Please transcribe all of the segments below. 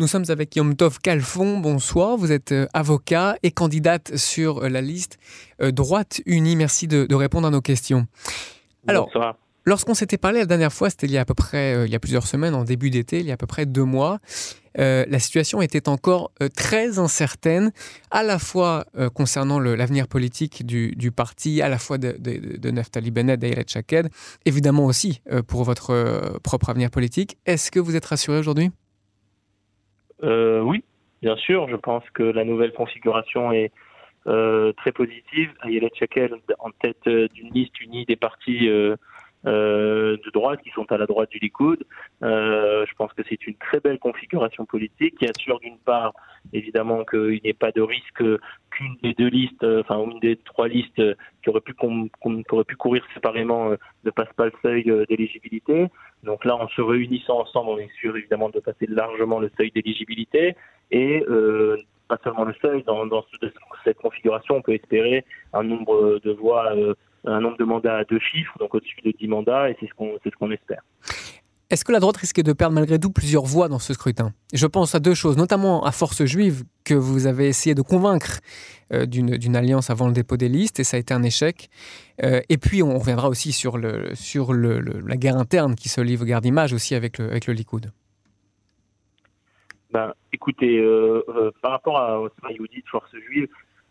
Nous sommes avec Yom Tov Khalfon. Bonsoir, vous êtes avocat et candidate sur la liste Droite Unie. Merci de répondre à nos questions. Alors, bonsoir. Lorsqu'on s'était parlé la dernière fois, c'était il y a à peu près, il y a plusieurs semaines, en début d'été, il y a à peu près 2 mois, la situation était encore très incertaine, à la fois concernant l'avenir politique du parti, à la fois de Naftali Bennett, d'Ayelet Shaked, évidemment aussi pour votre propre avenir politique. Est-ce que vous êtes rassuré aujourd'hui ? Oui, bien sûr. Je pense que la nouvelle configuration est très positive. Ayelet Shaked en tête d'une liste unie des partis de droite qui sont à la droite du Likoud. Je pense que c'est une très belle configuration politique qui assure d'une part évidemment qu'il n'y ait pas de risque qu'une des 2 listes, enfin une des 3 listes qui auraient pu courir séparément ne passe pas le seuil d'éligibilité. Donc là, en se réunissant ensemble, on est sûr évidemment de passer largement le seuil d'éligibilité et pas seulement le seuil, dans cette configuration, on peut espérer un nombre de voix, un nombre de mandats à 2 chiffres, donc au-dessus de 10 mandats, et c'est ce qu'on espère. Est-ce que la droite risque de perdre malgré tout plusieurs voix dans ce scrutin ? Je pense à 2 choses, notamment à Force Juive, que vous avez essayé de convaincre d'une alliance avant le dépôt des listes, et ça a été un échec. Et puis, on reviendra aussi sur la guerre interne qui se livre, guerre d'image aussi avec le Likoud. Ben, écoutez, par rapport à Otzma Yehudit, Force Juive,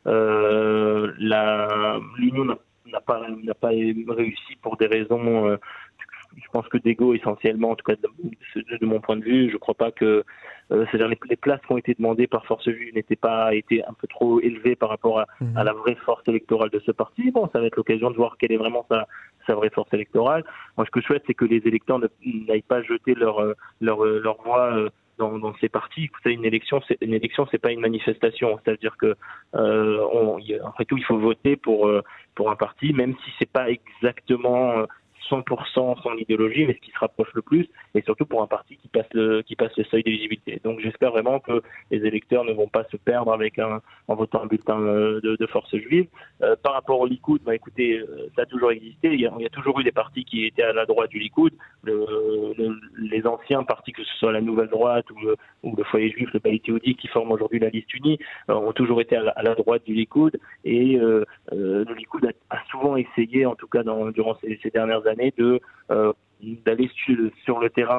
l'union n'a pas réussi pour des raisons, je pense que d'ego essentiellement, en tout cas de mon point de vue. Je ne crois pas que c'est-à-dire les places qui ont été demandées par Force Juive n'étaient pas été un peu trop élevées par rapport à la vraie force électorale de ce parti. Bon, ça va être l'occasion de voir quelle est vraiment sa vraie force électorale. Moi, ce que je souhaite, c'est que les électeurs n'aillent pas jeter leur voix dans ces partis. Vous savez, une élection, c'est pas une manifestation. C'est-à-dire que après tout, il faut voter pour un parti, même si c'est pas exactement 100% son idéologie, mais ce qui se rapproche le plus, et surtout pour un parti qui passe le seuil d'éligibilité. Donc j'espère vraiment que les électeurs ne vont pas se perdre en votant un bulletin de Force Juive. Par rapport au Likoud, écoutez, ça a toujours existé. Il y a toujours eu des partis qui étaient à la droite du Likoud. Les anciens partis, que ce soit la Nouvelle Droite ou le Foyer Juif, le Bayit Yehudi, qui forment aujourd'hui la liste unie, ont toujours été à la droite du Likoud. Et le Likoud a souvent essayé, en tout cas durant ces dernières années, d'aller sur le terrain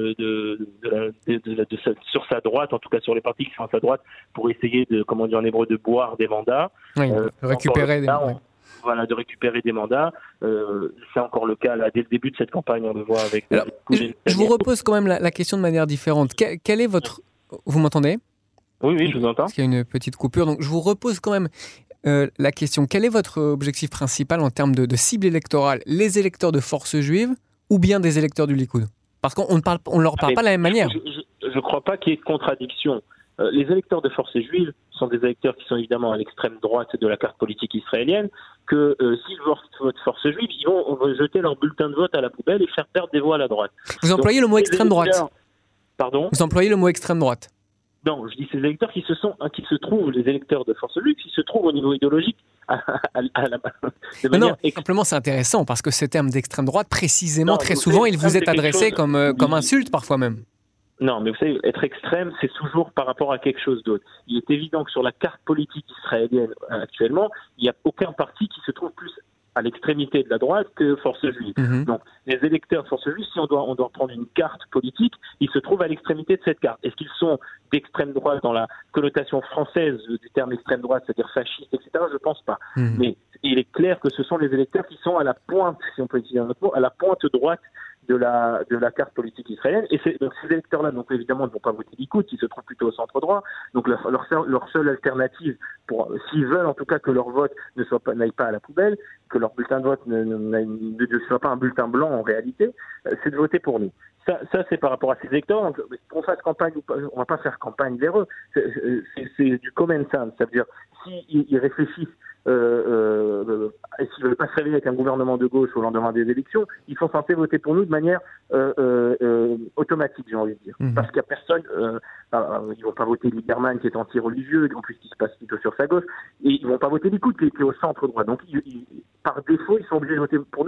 sur sa droite, en tout cas sur les partis qui sont à sa droite, pour essayer de, comme on dit en hébreu, de boire des mandats. Oui, récupérer des mandats. Voilà, de récupérer des mandats. C'est encore le cas là, dès le début de cette campagne, on le voit avec... Alors, je vous repose quand même la question de manière différente. Quel est votre... Vous m'entendez ? Oui, je vous entends. Parce qu'il y a une petite coupure. Donc, je vous repose quand même la question. Quel est votre objectif principal en termes de cible électorale ? Les électeurs de Force Juive ou bien des électeurs du Likoud ? Parce qu'on ne leur parle pas de la même manière. Je ne crois pas qu'il y ait de contradiction. Les électeurs de Force Juive sont des électeurs qui sont évidemment à l'extrême droite de la carte politique israélienne, que s'ils votent Force Juive, ils vont jeter leur bulletin de vote à la poubelle et faire perdre des voix à la droite. Vous employez le mot extrême droite. Pardon ? Vous employez le mot extrême droite. Non, je dis ces électeurs qui se trouvent, les électeurs de Force Juive, qui se trouvent au niveau idéologique Non, simplement c'est intéressant parce que ce terme d'extrême droite, précisément, très souvent, il vous est adressé comme insulte parfois même. Non, mais vous savez, être extrême, c'est toujours par rapport à quelque chose d'autre. Il est évident que sur la carte politique israélienne actuellement, il n'y a aucun parti qui se trouve plus à l'extrémité de la droite que Force Juive. Donc, les électeurs de Force Juive, si on doit prendre une carte politique, ils se trouvent à l'extrémité de cette carte. Est-ce qu'ils sont d'extrême droite dans la connotation française du terme extrême droite, c'est-à-dire fasciste, etc. Je ne pense pas. Mais il est clair que ce sont les électeurs qui sont à la pointe, si on peut utiliser un autre mot, à la pointe droite de la carte politique israélienne. Et donc ces électeurs-là, donc évidemment, ne vont pas voter Likoud, qui se trouvent plutôt au centre droit. Donc leur seule alternative, s'ils veulent en tout cas que leur vote n'aille pas à la poubelle, que leur bulletin de vote ne soit pas un bulletin blanc en réalité, c'est de voter pour nous. Ça c'est par rapport à ces électeurs. Donc, qu'on fasse campagne ou pas, on va pas faire campagne vers eux. C'est du common sense. Ça veut dire, s'ils réfléchissent, s'ils ne veulent pas se réveiller avec un gouvernement de gauche au lendemain des élections, ils sont censés voter pour nous de manière automatique, j'ai envie de dire. Parce qu'il n'y a personne, ils ne vont pas voter Lieberman qui est anti-religieux, en plus qui se passe plutôt sur sa gauche, et ils ne vont pas voter Likoud qui est au centre droit. Donc par défaut, ils sont obligés de voter pour nous.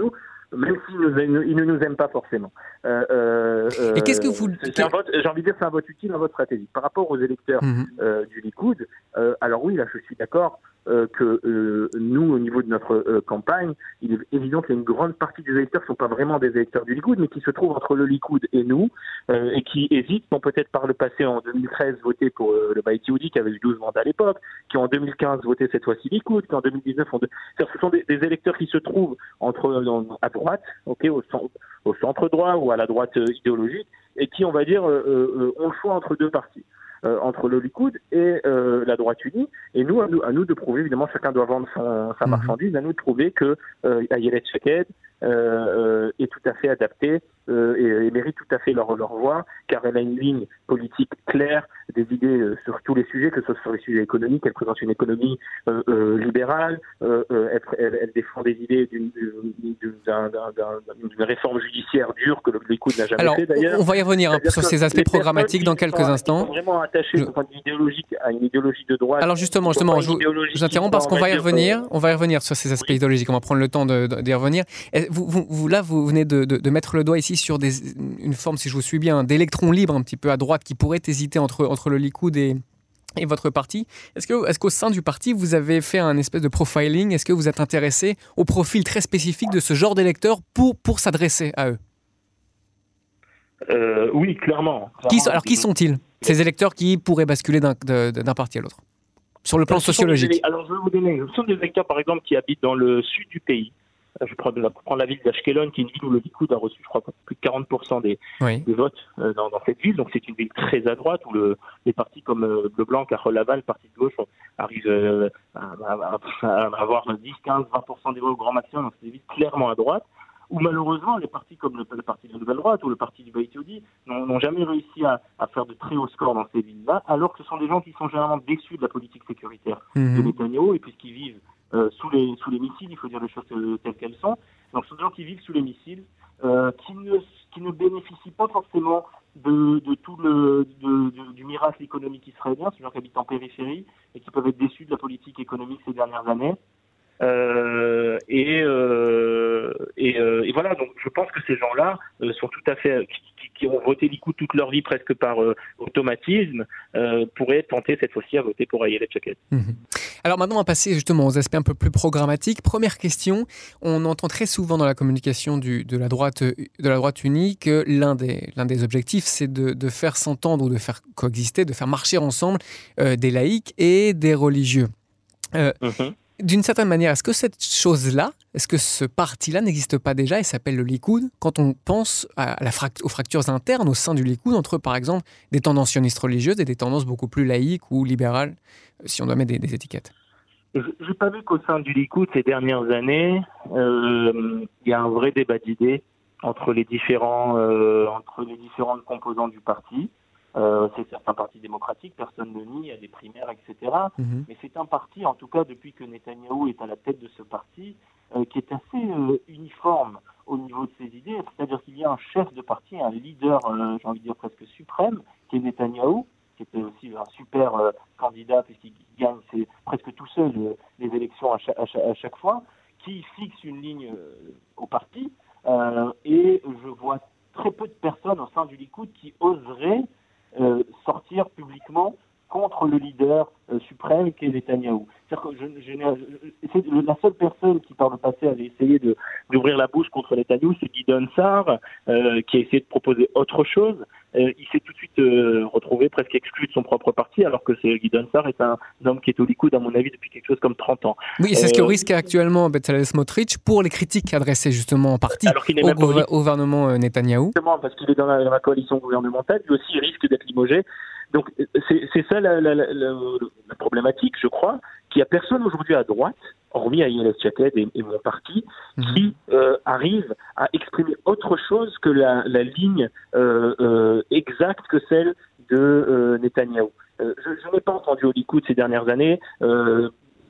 même s'ils ne nous aiment pas forcément. Et qu'est-ce que vous... J'ai envie de dire c'est un vote utile dans votre stratégie. Par rapport aux électeurs du Likoud, alors oui, là je suis d'accord que nous, au niveau de notre campagne, il est évident qu'il y a une grande partie des électeurs qui ne sont pas vraiment des électeurs du Likoud, mais qui se trouvent entre le Likoud et nous, et qui hésitent, qui ont peut-être par le passé, en 2013, voté pour le Bayt Yehudi, qui avait eu 12 mandats à l'époque, qui en 2015 voté cette fois-ci Likoud, qui en 2019 ont... Ce sont des électeurs qui se trouvent à droite, au centre droit ou à la droite idéologique, et qui, on va dire, ont le choix entre deux partis. Entre le Likoud et la droite unie. Et nous, à nous de prouver, évidemment, chacun doit vendre sa marchandise, à nous de prouver que Ayelet Shaked est tout à fait adaptée et mérite tout à fait leur voix, car elle a une ligne politique claire, des idées sur tous les sujets, que ce soit sur les sujets économiques. Elle présente une économie libérale, elle défend des idées d'une réforme judiciaire dure que le Likoud n'a jamais fait d'ailleurs. On va y revenir sur ces aspects programmatiques dans quelques instants. Vraiment attaché au point de vue idéologique à une idéologie de droite. Alors justement, je vous interromps parce qu'on va y revenir. On va y revenir sur ces aspects idéologiques. On va prendre le temps d'y revenir. Vous venez de mettre le doigt ici sur une forme, si je vous suis bien, d'électrons libres un petit peu à droite qui pourrait hésiter entre le Likoud et votre parti. Est-ce qu'au sein du parti, vous avez fait un espèce de profiling? Est-ce que vous êtes intéressé au profil très spécifique de ce genre d'électeurs pour s'adresser à eux? Oui, clairement. Alors, qui sont-ils, ces électeurs qui pourraient basculer d'un parti à l'autre, sur le plan sociologique? Alors, je vais vous donner. Ce sont des électeurs, par exemple, qui habitent dans le sud du pays. Je prends la ville d'Ashkelon, qui est une ville où le Likoud a reçu, je crois, plus de 40% des votes dans cette ville. Donc, c'est une ville très à droite, où les partis comme Bleu Blanc, Carole Laval, le parti de gauche, arrivent à avoir 10, 15, 20% des voix au grand maximum. Donc, c'est des villes clairement à droite, où malheureusement, les partis comme le parti de la Nouvelle Droite ou le parti du Bayt Yehudi n'ont jamais réussi à faire de très hauts scores dans ces villes-là, alors que ce sont des gens qui sont généralement déçus de la politique sécuritaire de Netanyahou, et puisqu'ils vivent sous les missiles, il faut dire les choses telles qu'elles sont. Donc ce sont des gens qui vivent sous les missiles, qui ne bénéficient pas forcément de tout du miracle économique israélien. Ce sont des gens qui habitent en périphérie et qui peuvent être déçus de la politique économique ces dernières années. Et voilà, donc je pense que ces gens-là sont tout à fait, qui ont voté Likoud toute leur vie presque par automatisme, pourraient tenter cette fois-ci à voter pour Ayelet Shaked. Alors maintenant, on va passer justement aux aspects un peu plus programmatiques. Première question, on entend très souvent dans la communication de la droite unie que l'un des objectifs, c'est de faire s'entendre ou de faire coexister, de faire marcher ensemble des laïcs et des religieux. D'une certaine manière, est-ce que cette chose-là, est-ce que ce parti-là n'existe pas déjà et s'appelle le Likoud, quand on pense aux fractures internes au sein du Likoud entre, par exemple, des tendances sionistes religieuses et des tendances beaucoup plus laïques ou libérales, si on doit mettre des étiquettes? Je n'ai pas vu qu'au sein du Likoud, ces dernières années, il y a un vrai débat d'idées entre les différentes composantes du parti. C'est certains partis démocratiques, personne ne nie, il y a des primaires, etc. Mais c'est un parti, en tout cas depuis que Netanyahou est à la tête de ce parti, qui est assez uniforme au niveau de ses idées. C'est-à-dire qu'il y a un chef de parti, un leader, j'ai envie de dire presque suprême, qui est Netanyahou, qui était aussi un super candidat puisqu'il gagne presque tout seul les élections à chaque fois, qui fixe une ligne au parti. Et je vois très peu de personnes au sein du Likoud qui oseraient sortir publiquement contre le leader suprême qui est Netanyahou. C'est-à-dire que c'est la seule personne qui par le passé avait essayé d'ouvrir la bouche contre Netanyahou, c'est Gideon Sa'ar, qui a essayé de proposer autre chose. Il s'est tout de suite retrouvé presque exclu de son propre parti, alors que Gideon Sa'ar est un homme qui est au Likoud, à mon avis, depuis quelque chose comme 30 ans. Oui, c'est ce que risque actuellement Bezalel Smotrich pour les critiques adressées justement en partie au gouvernement Netanyahou. Justement, parce qu'il est dans la coalition gouvernementale, lui aussi il risque d'être limogé. Donc c'est ça la problématique, je crois, qu'il n'y a personne aujourd'hui à droite, hormis Ayelet Shaked et mon parti, qui arrive à exprimer autre chose que la ligne exacte que celle de Netanyahou. Je n'ai pas entendu au Likoud ces dernières années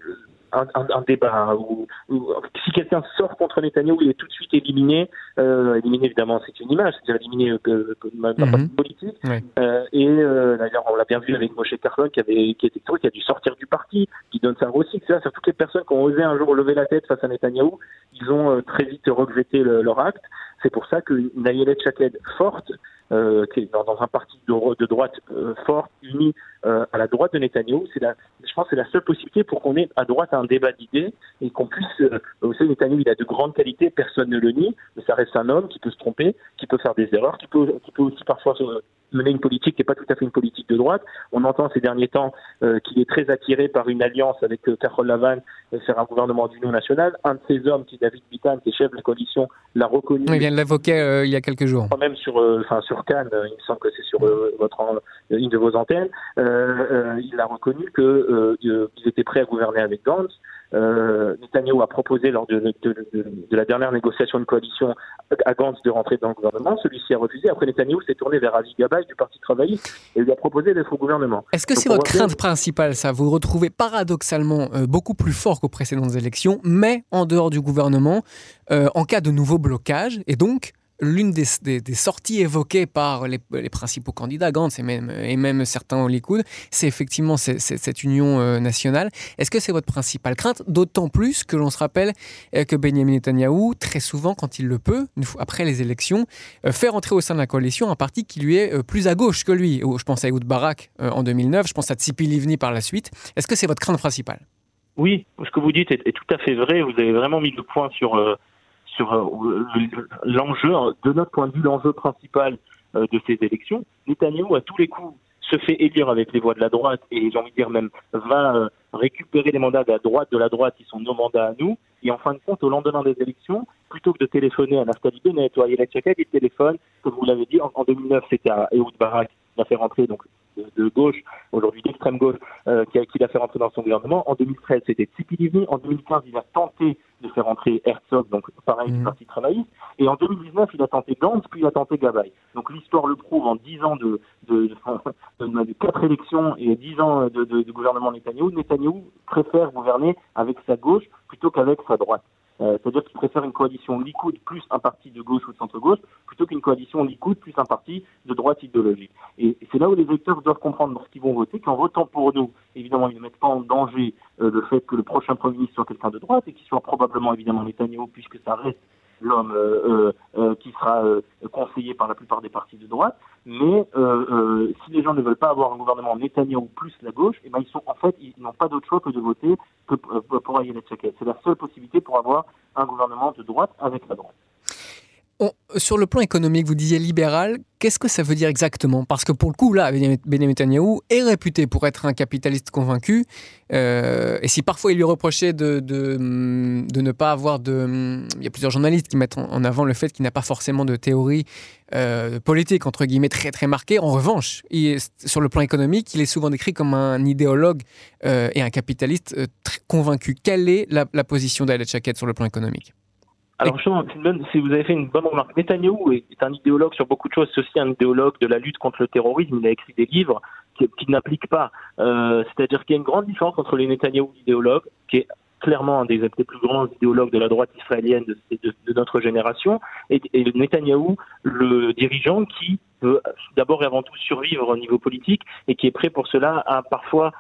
un débat où si quelqu'un sort contre Netanyahou, il est tout de suite éliminé. Éliminé, évidemment, c'est une image, c'est-à-dire éliminé d'un parti politique. Ouais. D'ailleurs, on l'a bien vu avec Moshe Carlon qui a dû sortir du parti, qui donne ça aussi. C'est toutes les personnes qui ont osé un jour lever la tête face à Netanyahou, ils ont très vite regretté leur acte. C'est pour ça qu'une Ayelet Shaked forte, qui est dans un parti de droite fort, uni à la droite de Netanyahou, je pense que c'est la seule possibilité pour qu'on ait à droite un débat d'idées et qu'on puisse... vous savez, Netanyahou, il a de grandes qualités, personne ne le nie, mais ça reste un homme qui peut se tromper, qui peut faire des erreurs, qui peut aussi parfois mener une politique qui n'est pas tout à fait une politique de droite. On entend ces derniers temps qu'il est très attiré par une alliance avec Carol Lavan, faire un gouvernement d'union nationale. Un de ces hommes, qui est David Bitan, qui est chef de la coalition, l'a reconnu. Il vient de l'évoquer il y a quelques jours. Même sur Cannes, il me semble que c'est sur une de vos antennes, il a reconnu qu'ils étaient prêts à gouverner avec Gantz. Netanyahou a proposé lors de la dernière négociation de coalition à Gantz de rentrer dans le gouvernement. Celui-ci a refusé. Après, Netanyahou s'est tourné vers Avi Gabay du Parti travailliste et lui a proposé d'être au gouvernement. Est-ce que c'est votre crainte principale, ça? Vous retrouvez paradoxalement beaucoup plus fort qu'aux précédentes élections, mais en dehors du gouvernement, en cas de nouveau blocage, et donc l'une des sorties évoquées par les principaux candidats, Gantz et même certains au Likoud, c'est effectivement cette union nationale. Est-ce que c'est votre principale crainte? D'autant plus que l'on se rappelle que Benjamin Netanyahou, très souvent, quand il le peut, après les élections, fait rentrer au sein de la coalition un parti qui lui est plus à gauche que lui. Je pense à Ehud Barak en 2009, je pense à Tzipi Livni par la suite. Est-ce que c'est votre crainte principale? Oui, ce que vous dites est tout à fait vrai. Vous avez vraiment mis le point sur l'enjeu, de notre point de vue, l'enjeu principal de ces élections. Netanyahou, à tous les coups, se fait élire avec les voix de la droite et, j'ai envie de dire même, va récupérer les mandats de la droite qui sont nos mandats à nous. Et en fin de compte, au lendemain des élections, plutôt que de téléphoner à Naftali Bennett ou à Ayelet Shaked, il téléphone, comme vous l'avez dit, en 2009, c'était à Ehud Barak qui l'a fait rentrer, donc de gauche, aujourd'hui d'extrême gauche, qui l'a fait rentrer dans son gouvernement. En 2013, c'était Tzipi Livni. En 2015, il a tenté de faire rentrer Herzog, donc pareil du Parti travailliste. Et en 2019, il a tenté Gantz, puis il a tenté Gabay. Donc l'histoire le prouve, en 10 ans de 4 élections et 10 ans de gouvernement Netanyahou préfère gouverner avec sa gauche plutôt qu'avec sa droite. C'est-à-dire qu'il préfère une coalition Likoud plus un parti de gauche ou de centre-gauche plutôt qu'une coalition Likoud plus un parti de droite idéologique. Et c'est là où les électeurs doivent comprendre lorsqu'ils vont voter qu'en votant pour nous, évidemment, ils ne mettent pas en danger le fait que le prochain Premier ministre soit quelqu'un de droite et qu'il soit probablement évidemment Netanyahou, puisque ça reste l'homme qui sera conseillé par la plupart des partis de droite. Mais si les gens ne veulent pas avoir un gouvernement Netanyahou plus la gauche, eh ben ils n'ont pas d'autre choix que de voter que pour Ayelet Shaked. C'est la seule possibilité pour avoir un gouvernement de droite avec la droite. Sur le plan économique, vous disiez libéral, qu'est-ce que ça veut dire exactement? Parce que pour le coup, là, Benjamin Netanyahou est réputé pour être un capitaliste convaincu. Et si parfois il lui reprochait de ne pas avoir il y a plusieurs journalistes qui mettent en avant le fait qu'il n'a pas forcément de théorie politique, entre guillemets, très très marquée. En revanche, sur le plan économique, il est souvent décrit comme un idéologue et un capitaliste très convaincu. Quelle est la position d'Ayelet Shaked sur le plan économique? Alors justement, si vous avez fait une bonne remarque, Netanyahou est un idéologue sur beaucoup de choses. C'est aussi un idéologue de la lutte contre le terrorisme. Il a écrit des livres qui n'appliquent pas. C'est-à-dire qu'il y a une grande différence entre les Netanyahou idéologues, qui est clairement un des plus grands idéologues de la droite israélienne de notre génération, et le Netanyahou, le dirigeant qui veut d'abord et avant tout survivre au niveau politique et qui est prêt pour cela à parfois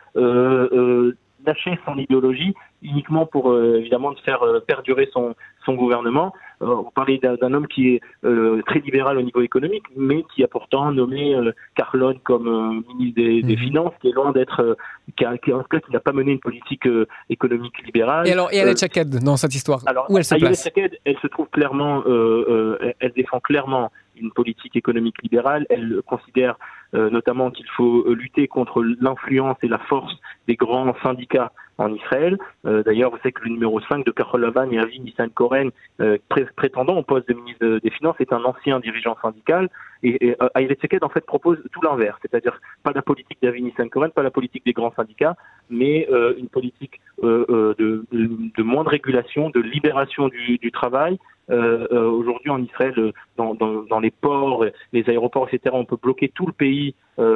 lâcher son idéologie uniquement pour évidemment de faire perdurer son gouvernement. Vous parlez d'un homme qui est très libéral au niveau économique, mais qui a pourtant nommé Carlon comme ministre des Finances, qui est loin d'être, qui n'a pas mené une politique économique libérale. Et alors, Ayelet Shaked dans cette histoire, où elle se place? Ayelet Shaked, elle se trouve clairement, elle défend clairement une politique économique libérale. Elle considère notamment qu'il faut lutter contre l'influence et la force des grands syndicats en Israël. D'ailleurs, vous savez que le numéro 5 de Carol Lavan et Avi Nissan-Koren, prétendant au poste de ministre des Finances, est un ancien dirigeant syndical. Et Ayelet Shaked, en fait, propose tout l'inverse. C'est-à-dire pas la politique d'Avi Nissan-Koren, pas la politique des grands syndicats, mais une politique de moins de régulation, de libération du travail, Aujourd'hui en Israël, dans les ports, les aéroports, etc., on peut bloquer tout le pays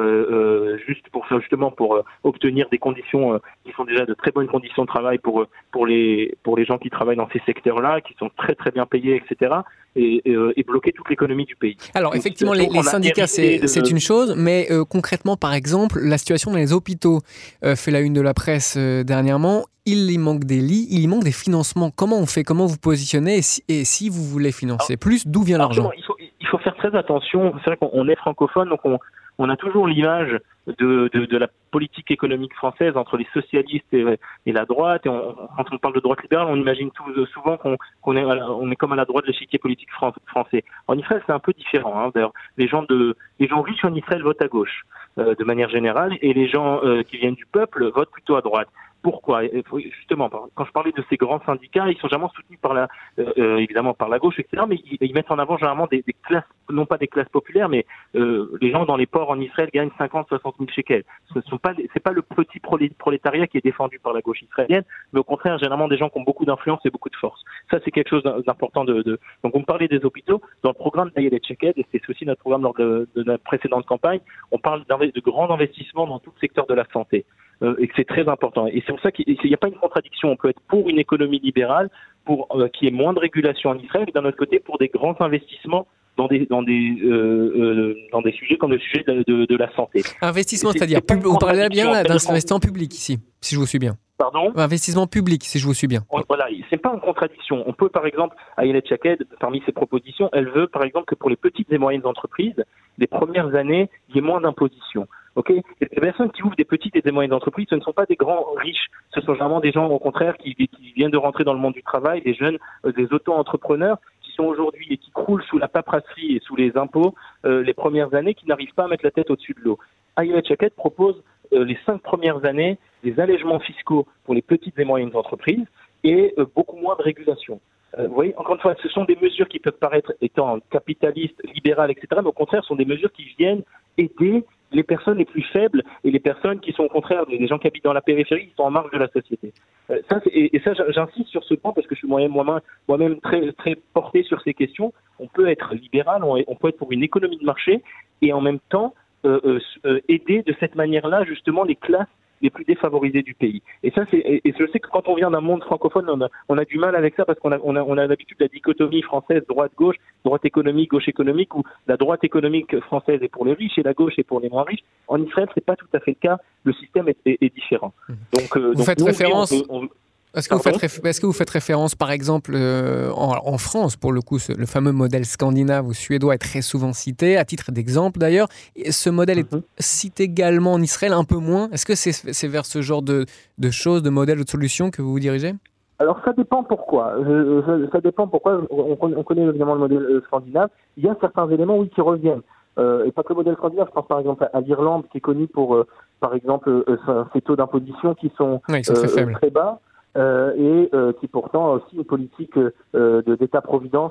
juste pour ça, justement pour obtenir des conditions qui sont déjà de très bonnes conditions de travail pour les gens qui travaillent dans ces secteurs-là, qui sont très très bien payés, etc. Et bloquer toute l'économie du pays. Alors effectivement, les syndicats, c'est une chose, mais concrètement, par exemple, la situation dans les hôpitaux fait la une de la presse dernièrement. Il y manque des lits, il y manque des financements. Comment on fait? Comment vous positionnez? Et si vous voulez financer plus, d'où vient l'argent? Il faut faire très attention. C'est vrai qu'on est francophone, donc on a toujours l'image de la politique économique française entre les socialistes et la droite. Et quand on parle de droite libérale, on imagine souvent qu'on est comme à la droite de l'échiquier politique français. En Israël, c'est un peu différent. Hein. D'ailleurs, les gens riches en Israël votent à gauche, de manière générale, et les gens qui viennent du peuple votent plutôt à droite. Pourquoi? Justement, quand je parlais de ces grands syndicats, ils sont généralement soutenus évidemment par la gauche, etc. Mais ils mettent en avant généralement des classes, non pas des classes populaires, mais les gens dans les ports en Israël gagnent 50, 60 000 shekels. C'est pas le petit prolétariat qui est défendu par la gauche israélienne, mais au contraire, généralement des gens qui ont beaucoup d'influence et beaucoup de force. Ça, c'est quelque chose d'important. Donc, on me parlait des hôpitaux. Dans le programme d'Ayelet Shaked, et c'est aussi notre programme lors de la précédente campagne, on parle de grands investissements dans tout le secteur de la santé. Et que c'est très important. Et c'est pour ça qu'il n'y a pas une contradiction. On peut être pour une économie libérale, pour qu'il y ait moins de régulation en Israël, et d'un autre côté, pour des grands investissements dans des sujets comme le sujet de la santé. Investissement, c'est-à-dire, on parlait bien d'investissement public ici, si je vous suis bien. Pardon ? Investissement public, si je vous suis bien. Voilà, c'est pas en contradiction. On peut, par exemple, Ayelet Shaked, parmi ses propositions, elle veut, par exemple, que pour les petites et moyennes entreprises, les premières années, il y ait moins d'imposition. Okay. Et les personnes qui ouvrent des petites et des moyennes entreprises, ce ne sont pas des grands riches, ce sont généralement des gens au contraire qui viennent de rentrer dans le monde du travail, des jeunes, des auto-entrepreneurs qui sont aujourd'hui et qui croulent sous la paperasserie et sous les impôts les premières années, qui n'arrivent pas à mettre la tête au-dessus de l'eau. Ayelet Shaked propose les 5 premières années des allègements fiscaux pour les petites et moyennes entreprises et beaucoup moins de régulation. Vous voyez, encore une fois, ce sont des mesures qui peuvent paraître étant capitalistes, libérales, etc., mais au contraire, sont des mesures qui viennent aider les personnes les plus faibles et les personnes qui sont au contraire des gens qui habitent dans la périphérie, qui sont en marge de la société. Ça, j'insiste sur ce point parce que je suis moi-même très, très porté sur ces questions. On peut être libéral, on peut être pour une économie de marché et en même temps aider de cette manière-là justement les classes les plus défavorisés du pays. Et je sais que quand on vient d'un monde francophone, on a du mal avec ça parce qu'on a l'habitude de la dichotomie française droite-gauche, droite économique, gauche économique, où la droite économique française est pour les riches et la gauche est pour les moins riches. En Israël, c'est pas tout à fait le cas. Le système est différent. Vous faites référence. Est-ce que vous faites référence, par exemple, en France, pour le coup, le fameux modèle scandinave ou suédois est très souvent cité, à titre d'exemple d'ailleurs. Et ce modèle est cité également en Israël, un peu moins. Est-ce que c'est vers ce genre de choses, de modèles ou de solutions que vous vous dirigez ? Alors ça dépend pourquoi. Ça dépend pourquoi. On connaît évidemment le modèle scandinave. Il y a certains éléments, oui, qui reviennent. Et pas que le modèle scandinave. Je pense par exemple à l'Irlande, qui est connue pour, par exemple, ses taux d'imposition qui sont très faibles, très bas. Et qui pourtant a aussi une politique d'État-providence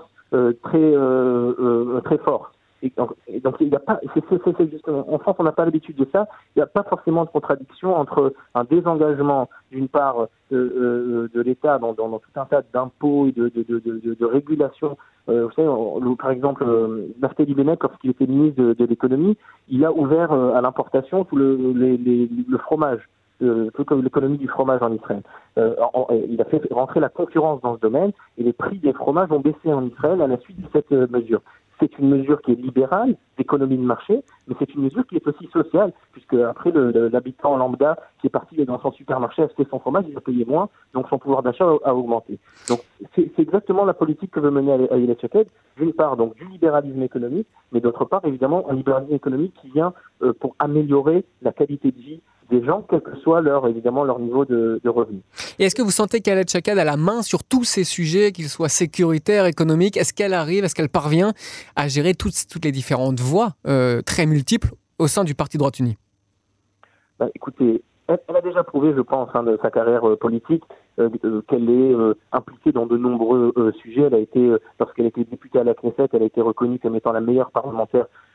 très forte. Et donc il n'y a pas, c'est justement, en France on n'a pas l'habitude de ça. Il n'y a pas forcément de contradiction entre un désengagement d'une part de l'État dans tout un tas d'impôts et de régulations. Vous savez, par exemple, Naftali Bennett, lorsqu'il était ministre de l'économie, il a ouvert à l'importation tout le fromage. Tout comme l'économie du fromage en Israël. Il a fait rentrer la concurrence dans ce domaine et les prix des fromages ont baissé en Israël à la suite de cette mesure. C'est une mesure qui est libérale, d'économie de marché, mais c'est une mesure qui est aussi sociale, puisque après l'habitant lambda qui est parti dans son supermarché acheter son fromage, il a payé moins, donc son pouvoir d'achat a augmenté. Donc c'est exactement la politique que veut mener Ayelet Shaked, d'une part donc du libéralisme économique, mais d'autre part évidemment un libéralisme économique qui vient pour améliorer la qualité de vie des gens, quel que soit leur niveau de revenus. Et est-ce que vous sentez qu'Ayelet Shaked a la main sur tous ces sujets, qu'ils soient sécuritaires, économiques? Est-ce qu'elle parvient à gérer toutes les différentes voies très multiples au sein du Parti Droite Unie? Écoutez, elle a déjà prouvé, je pense, de sa carrière politique, qu'elle est impliquée dans de nombreux sujets. Lorsqu'elle a été députée à la Knesset, elle a été reconnue comme étant la meilleure parlementaire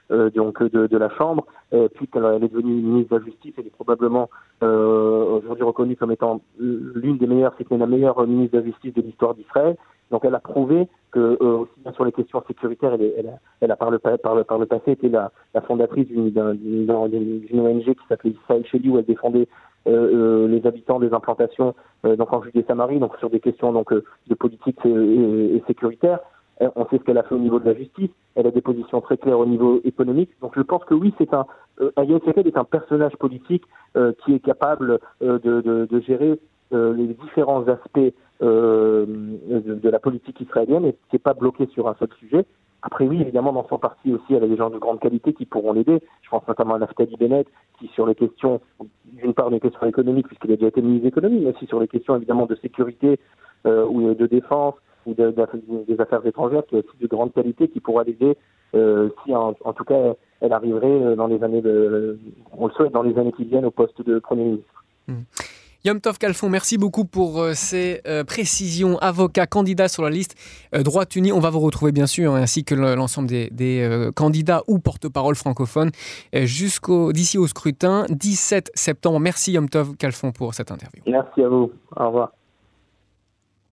donc de la Chambre. Puis elle est devenue ministre de la Justice. Elle est probablement aujourd'hui reconnue comme étant l'une des meilleures, c'est la meilleure ministre de la Justice de l'histoire d'Israël. Donc elle a prouvé que aussi bien sur les questions sécuritaires, elle a par le passé été la fondatrice d'une ONG qui s'appelait Israël Sheli, où elle défendait les habitants des implantations donc en Judée-Samarie, donc sur des questions donc de politique et sécuritaire. On sait ce qu'elle a fait au niveau de la justice. Elle a des positions très claires au niveau économique. Donc je pense que oui, Ayelet Shaked est un personnage politique qui est capable de gérer les différents aspects de la politique israélienne et qui n'est pas bloqué sur un seul sujet. Après oui, évidemment, dans son parti aussi, elle a des gens de grande qualité qui pourront l'aider. Je pense notamment à Naftali Bennett, qui sur les questions, d'une part des questions économiques, puisqu'il a déjà été ministre de l'économie, mais aussi sur les questions évidemment de sécurité ou de défense ou des affaires étrangères, qui est aussi de grande qualité, qui pourra l'aider si en tout cas elle arriverait dans les années, on le souhaite, dans les années qui viennent au poste de Premier ministre. Yom Tov Khalfon, merci beaucoup pour ces précisions. Avocat, candidat sur la liste Droite Unie. On va vous retrouver bien sûr, ainsi que l'ensemble des candidats ou porte-parole francophones d'ici au scrutin, 17 septembre. Merci Yom Tov Khalfon pour cette interview. Merci à vous. Au revoir.